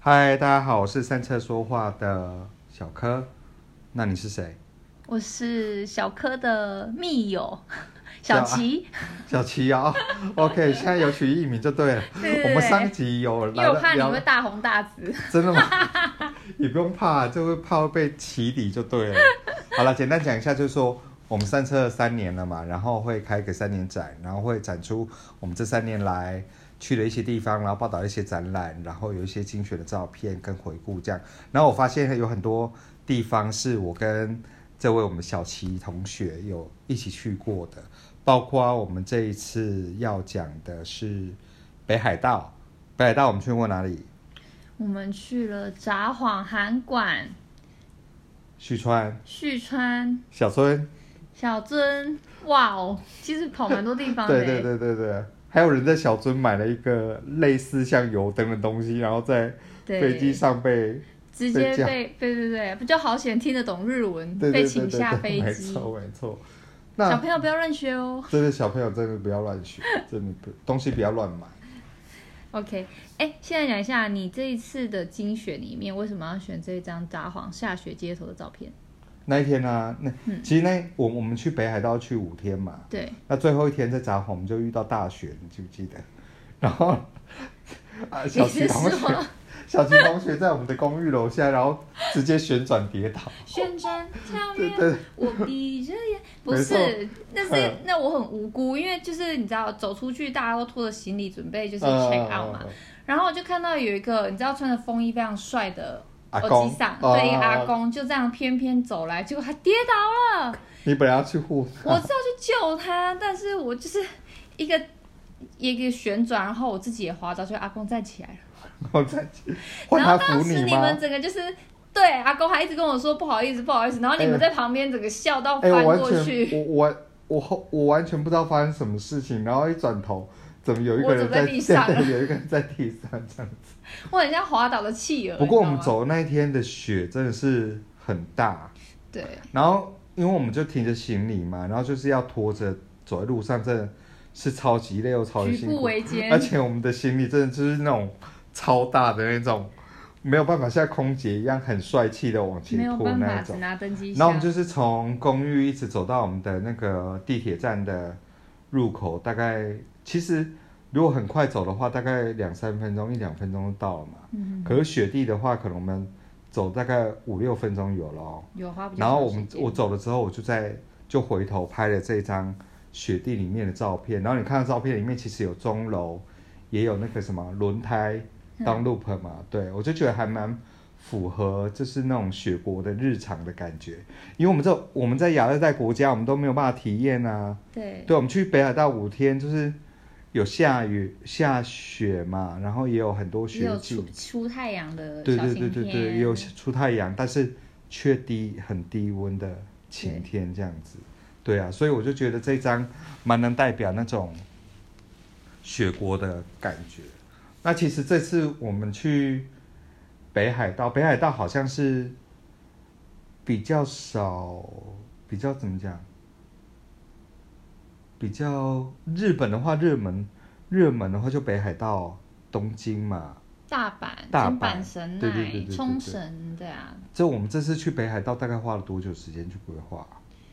嗨，大家好，我是三侧说话的小柯。那你是谁？ 我是小柯的密友小琪。 小琪啊，OK， 现在有取艺名就对了。 对我们上集有因为我怕你会大红大紫。 真的吗？也不用怕，就会怕会被起底就对了。好了，简单讲一下，就是说我们三侧3年了嘛，然后会开个3年展，然后会展出我们这3年来去的一些地方，然后报道一些展览，然后有一些精选的照片跟回顾这样。然后我发现有很多地方是我跟这位我们小琪同学有一起去过的，包括我们这一次要讲的是北海道。北海道我们去过哪里？ 我们去了札幌函馆、 旭川、小樽、 小樽。哇哦，其实跑蛮多地方的。 对，还有人在小樽买了一个类似像油灯的东西，然后在飞机上直接对，不就好险听得懂日文，被请下飞机。 没错。 小朋友不要乱学哦。 真的，小朋友真的不要乱学，真的东西不要乱买。 OK， 现在讲一下你这一次的精选里面，为什么要选这一张札幌下雪街头的照片？ 那一天啊，其实我们去北海道去5天嘛， 对， 那最后一天在札幌我们就遇到大雪，你记不记得？然后小琪同学在我们的公寓楼下，然后直接旋转跌倒， 旋转跳跃，我闭着眼，不是，那我很无辜，因为就是你知道走出去，大家都拖着行李准备就是 check out 嘛，然后我就看到有一个你知道穿着风衣非常帅的耳机上，对，一个阿公就这样偏偏走来，结果他跌倒了。 你本来要去护他， 我是要去救他，但是我就是一个旋转，然后我自己也滑倒，所以阿公站起来了。 然后当时你们整个就是对阿公还一直跟我说不好意思，然后你们在旁边整个笑到翻过去。 我完全不知道发生什么事情，然后一转头，怎么有一个人在地上，有一个人在地上这样子。 我很像滑倒的企鹅。 不过我们走那一天的雪真的是很大， 对。 然后因为我们就提着行李嘛，然后就是要拖着走在路上，真的是超级累又超级辛苦， 举步维艰。 而且我们的行李真的就是那种超大的那种，没有办法像空姐一样很帅气的往前拖那种， 没有办法只拿登机箱。 然后我们就是从公寓一直走到我们的那个地铁站的入口，大概其实如果很快走的话，大概2-3分钟1-2分钟就到了嘛。可是雪地的话，可能我们走大概5-6分钟有了哦。 有花比较然后我走了之后，我就回头拍了这张雪地里面的照片。然后你看到照片里面其实有钟楼，也有那个什么轮胎当 loop 嘛，对，我就觉得还蛮符合就是那种雪国的日常的感觉。因为我们在亚热带国家，我们都没有办法体验啊。 对， 我们去北海道5天，就是有下雨下雪嘛，然后也有很多雪景， 有出太阳的对， 小晴天， 也有出太阳，但是却很低温的晴天这样子。对啊，所以我就觉得这张蛮能代表那种雪国的感觉。那其实这次我们去北海道好像是比较少，比较怎么讲？比较日本的话，热门的话就北海道、东京嘛， 大阪、神奈、 对冲绳，对啊。 我们这次去北海道大概花了多久时间去规划？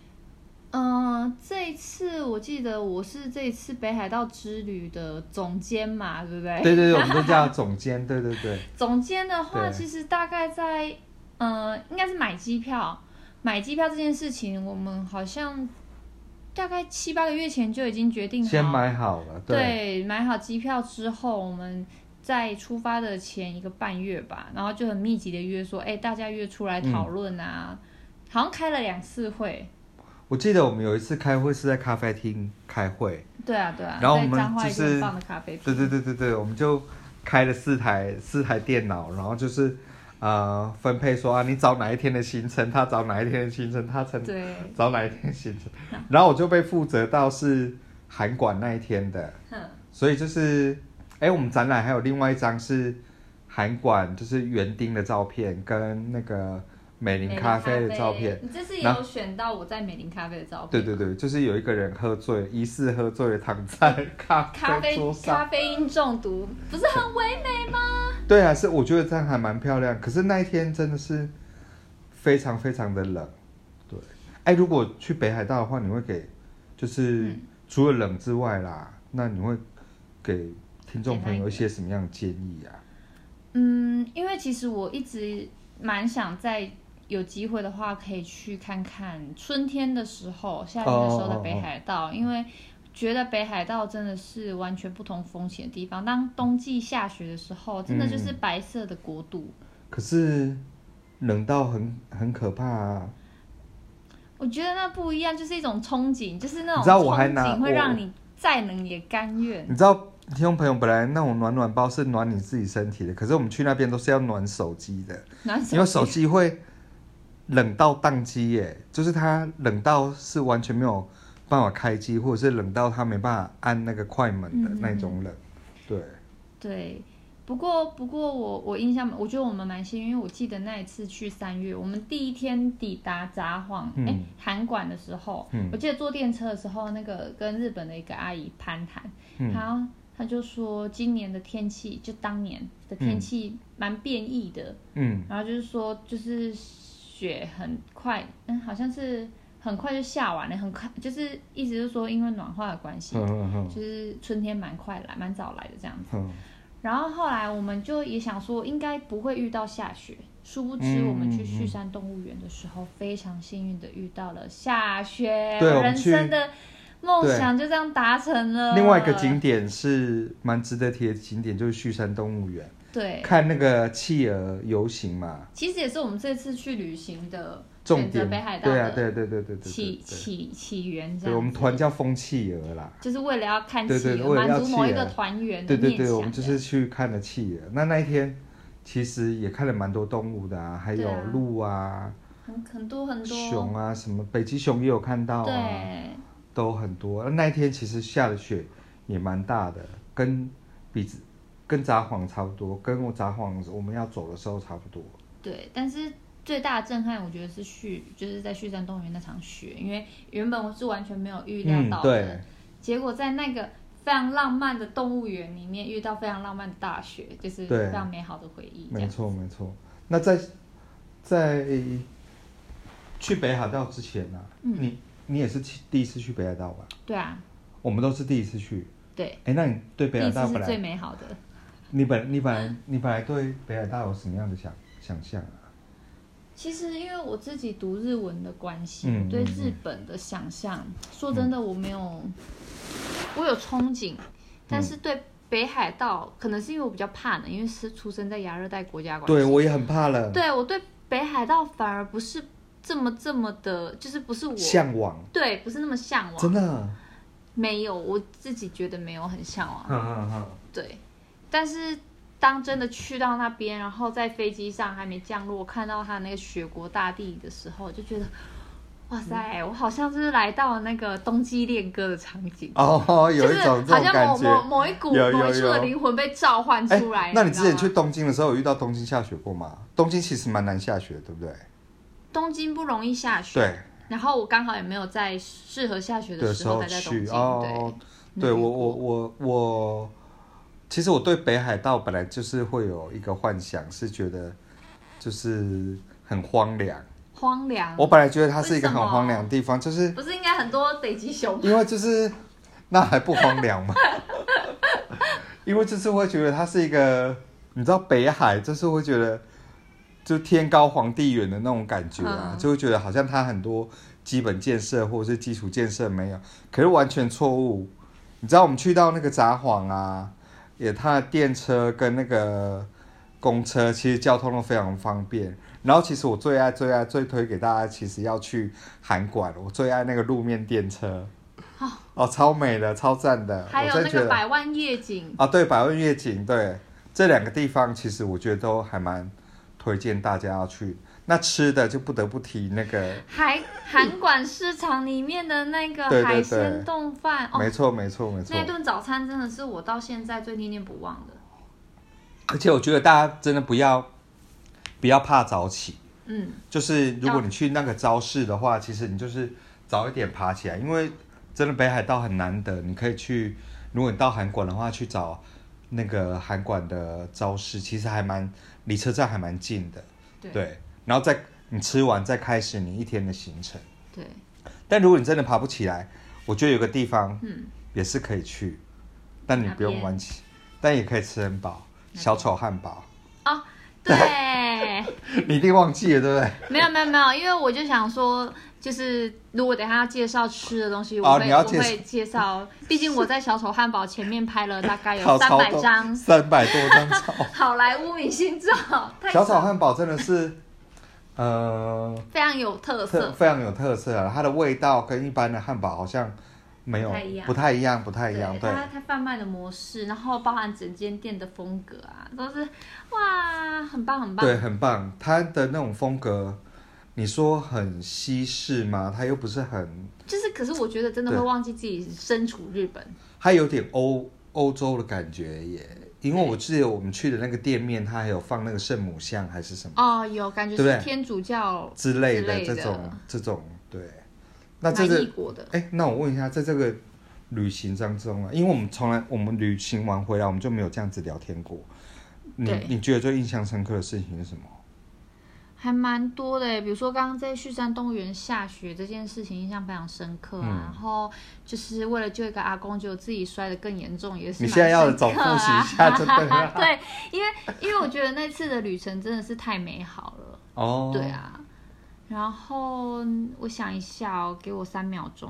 这一次我记得我是这一次北海道之旅的总监嘛，对不对？ 对，我们都叫总监，对。 总监的话，其实大概在应该是买机票这件事情，我们好像大概7-8个月前就已经决定好， 先买好了， 对，买好机票之后，我们在出发的前1个半月吧，然后就很密集的约说，大家约出来讨论啊，好像开了2次会。我记得我们有一次开会是在咖啡厅开会， 对啊， 然后我们就是很棒的咖啡厅， 对，我们就开了4台电脑，然后就是分配说你找哪一天的行程，他找哪一天的行程，他找哪一天的行程，然后我就被负责到是函馆那一天的，所以就是我们展览还有另外一张是函馆就是园丁的照片跟那个美林咖啡的照片。 你这次也有选到我在美林咖啡的照片。 对，就是有一个人喝醉，疑似喝醉的躺在咖啡桌上， 咖啡因中毒，不是很唯美吗？ 对啊，我觉得这样还蛮漂亮。可是那一天真的是非常非常的冷。对，如果去北海道的话，你会给就是除了冷之外啦，那你会给听众朋友一些什么样的建议啊？ 因为其实我一直蛮想在有机会的话，可以去看看春天的时候、夏天的时候的北海道，因为觉得北海道真的是完全不同风情的地方。当冬季下雪的时候，真的就是白色的国度。 可是冷到很可怕啊！ 我觉得那不一样，就是一种憧憬，就是那种憧憬会让你再冷也甘愿。 你知道？听众朋友，本来那种暖包是暖你自己身体的，可是我们去那边都是要暖手机的，因为手机会冷到宕机耶，就是它冷到是完全没有办法开机，或者是冷到它没办法按那个快门的那种冷。 对，不过我印象，我觉得我们蛮幸运，因为我记得那一次去3月，我们第一天抵达札幌，函馆的时候，我记得坐电车的时候，那个跟日本的一个阿姨攀谈，他就说今年的天气，就当年的天气蛮变异的，然后就是说就是雪很快，好像是很快就下完了，很快就是意思就是说因为暖化的关系，就是春天蛮早来的这样子。然后后来我们就也想说应该不会遇到下雪，殊不知我们去旭山动物园的时候，非常幸运的遇到了下雪，我人生的梦想就这样达成了。 另外一个景点是蛮值得提的景点，就是旭山动物园。 对， 看那个企鹅游行嘛。 其实也是我们这次去旅行的选择北海道的起源这样。 对，我们团叫风企鹅啦， 就是为了要看企鹅，满足某一个团员的念想。 对，我们就是去看了企鹅。那一天其实也看了蛮多动物的啊，还有鹿啊， 很多熊啊，什么北极熊也有看到啊。 对。 都很多，那一天其实下的雪也蛮大的，跟札幌差不多，跟札幌我们要走的时候差不多。 对，但是最大的震撼，我觉得是就是在旭山动物园那场雪，因为原本我是完全没有预料到的，结果在那个非常浪漫的动物园里面遇到非常浪漫的大雪，就是非常美好的回忆。 没错。那在去北海道之前啊，你也是第一次去北海道吧？对啊，我们都是第一次去。对，那你对北海道本来第一次是最美好的。你本来对北海道有什么样的想象啊？其实因为我自己读日文的关系，对日本的想象，说真的我有憧憬，但是对北海道可能是因为我比较怕冷，因为是出生在亚热带国家关系。对，我也很怕冷。对，我对北海道反而不是这么的，就是不是我向往，对，不是那么向往，真的没有，我自己觉得没有很向往。对，但是当真的去到那边，然后在飞机上还没降落，看到它那个雪国大地的时候，就觉得哇塞，我好像是来到了那个冬季恋歌的场景哦，有一种这种感觉，好像某一处的灵魂被召唤出来。那你之前去东京的时候，有遇到东京下雪过吗？东京其实蛮难下雪，对不对？东京不容易下雪，对。然后我刚好也没有在适合下雪的时候待在东京。对，我其实我对北海道本来就是会有一个幻想，是觉得就是很荒凉。荒凉。我本来觉得它是一个很荒凉的地方，就是不是应该很多北极熊？因为就是那还不荒凉吗？因为就是会觉得它是一个，你知道北海就是会觉得。就天高皇帝远的那种感觉啊，就会觉得好像它很多基本建设或者是基础建设没有，可是完全错误。你知道我们去到那个札幌啊，它的电车跟那个公车其实交通都非常方便。然后其实我最推给大家，其实要去函馆，我最爱那个路面电车。哦，超美的，超赞的。还有那个百万夜景啊，对，百万夜景，对，这两个地方其实我觉得都还蛮推荐大家要去。那吃的就不得不提那个函馆市场里面的那个海鲜冻饭，没错。那顿早餐真的是我到现在最念念不忘的。而且我觉得大家真的不要怕早起， 就是如果你去那个招式的话，其实你就是早一点爬起来，因为真的北海道很难得，你可以去，如果你到函馆的话，去找那个函馆的招式，其实离车站还蛮近的，对，然后你吃完再开始你一天的行程， 对。 但如果你真的爬不起来，我觉得有个地方，也是可以去，但你不用玩起，但也可以吃很饱，小丑汉堡。 哦，对。 你一定忘记了，对不对？ 没有，因为我就想说，就是如果等一下要介绍吃的东西，我会介绍。毕竟我在小丑汉堡前面拍了大概有300张 ，300多张照。 好莱坞明星照。 小丑汉堡真的是， 非常有特色， 非常有特色啊！它的味道跟一般的汉堡好像没有不太一样。对， 它贩卖的模式，然后包含整间店的风格啊，都是哇，很棒。 对，很棒。它的那种风格，你说很西式吗？它又不是很， 可是我觉得真的会忘记自己身处日本。 它有点欧洲的感觉耶。因为我记得我们去的那个店面，它还有放那个圣母像还是什么？ 哦，有感觉是天主教之类的这种对。那这个那我问一下，在这个旅行当中啊，因为我们旅行完回来，我们就没有这样子聊天过。你觉得最印象深刻的事情是什么？ 还蛮多的耶，比如说刚刚在旭山动物园下雪这件事情印象非常深刻啊。然后就是为了救一个阿公，结果自己摔得更严重，也是蛮深刻啊。 你现在要总复习一下就对了。 对，因为我觉得那次的旅程真的是太美好了。哦，对啊。然后我想一下哦，给我3秒钟。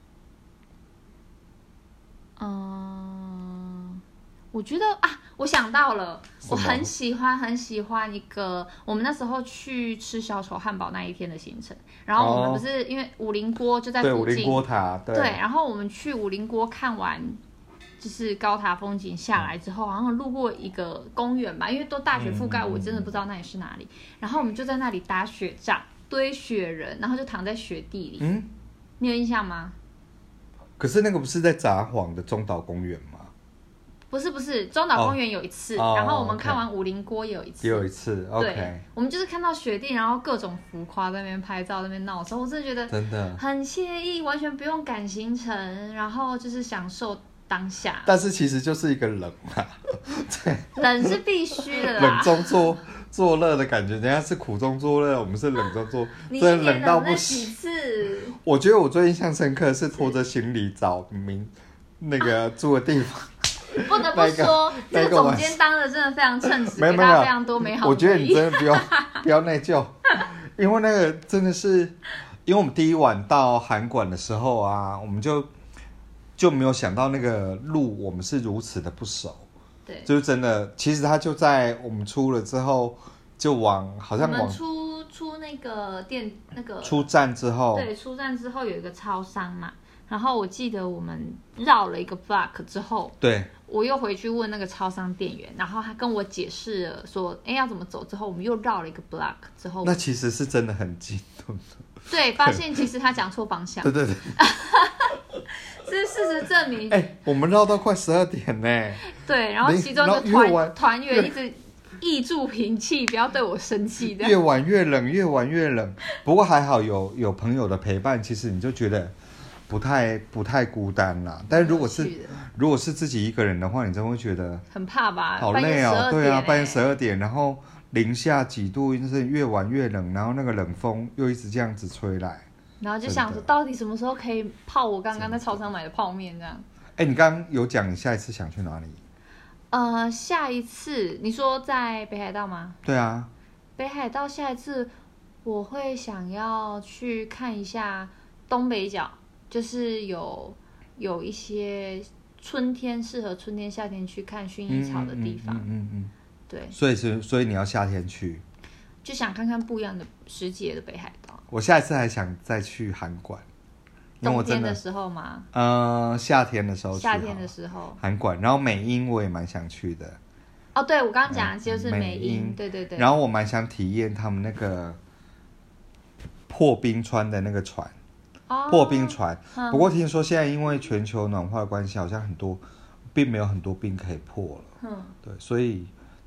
我觉得啊，我想到了，我很喜欢一个我们那时候去吃小丑汉堡那一天的行程。然后我们不是因为武陵锅就在附近， 武陵锅塔，对， 然后我们去武陵锅看完就是高塔风景下来之后，好像路过一个公园吧，因为都大雪覆盖，我真的不知道那里是哪里。然后我们就在那里打雪仗，堆雪人，然后就躺在雪地里。你有印象吗？ 可是那个不是在札幌的中岛公园吗？ 不是，中岛公园有一次，然后我们看完武陵锅也有一次。 也有一次 ，OK。 对，我们就是看到雪地，然后各种浮夸在那边拍照，在那边闹的时候，我真的觉得真的很惬意，完全不用赶行程，然后就是享受当下。但是其实就是一个冷啊，对， 冷是必须的啦。 冷中作乐的感觉，人家是苦中作乐，我们是冷中作，真的冷到不行。我觉得我最印象深刻的是拖着行李找那个住的地方。 不得不说，这个总监当的真的非常称职，给大家非常多美好的。 我觉得你真的不要内疚，因为那个真的是，因为我们第一晚到函馆的时候啊，我们就没有想到那个路我们是如此的不熟。对，就是真的，其实它就在我们出了之后，就好像往出那个店那个出站之后， 对，出站之后有一个超商嘛。然后我记得我们绕了一个 block 之后，对，我又回去问那个超商店员，然后他跟我解释了说，要怎么走。之后我们又绕了一个 block 之后， 那其实是真的很近， 对，发现其实他讲错方向， 对，这是事实证明。 我们绕到快12点呢。 对，然后其中一个团员一直意助平气，不要对我生气。 越玩越冷，越玩越冷。不过还好有朋友的陪伴，其实你就觉得不太孤单啦。但如果是自己一个人的话，你真会觉得很怕吧？ 好累哦。对啊，半夜12点，然后零下几度，就是越玩越冷，然后那个冷风又一直这样子吹来， 然后就想说，到底什么时候可以泡我刚刚在超商买的泡面这样？ 你刚刚有讲你下一次想去哪里？ 下一次你说在北海道吗？ 对啊， 北海道下一次我会想要去看一下东北角，就是有一些适合春天夏天去看薰衣草的地方。对， 所以你要夏天去， 就想看看不一样的时节的北海道。 我下一次还想再去函馆。 冬天的时候吗？ 夏天的时候。 夏天的时候。 函馆，然后美瑛我也蛮想去的。 哦，对，我刚刚讲的就是美瑛，对。 然后我蛮想体验他们那个破冰川的那个船。破冰船。不过听说现在因为全球暖化的关系，好像并没有很多冰可以破了。对，所以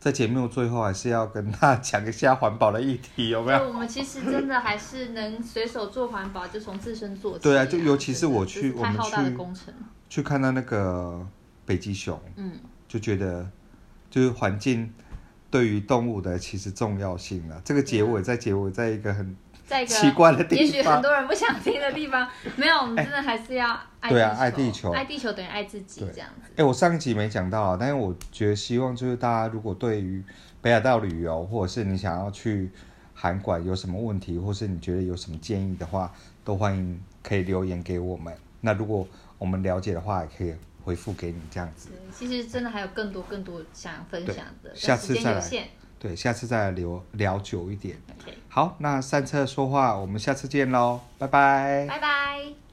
在节目最后还是要跟大家讲一下环保的议题，有没有？ 我们其实真的还是能随手做环保，就从自身做起。 对啊，就尤其是我们去看到那个北极熊，就觉得就是环境对于动物的其实重要性啊。这个结尾在一个很奇怪的地方， 也许很多人不想听的地方，没有，我们真的还是要爱地球。 对啊，爱地球， 爱地球等于爱自己这样子。我上一集没讲到啊，但是我觉得希望就是大家如果对于北海道旅游，或者是你想要去函馆有什么问题，或是你觉得有什么建议的话，都欢迎可以留言给我们。那如果我们了解的话，也可以回复给你这样子。 其实真的还有更多想分享的， 下次再来。 时间有限。 对，下次再来聊久一点。 Okay. 好，那善策说话，我们下次见喽，拜拜。 拜拜。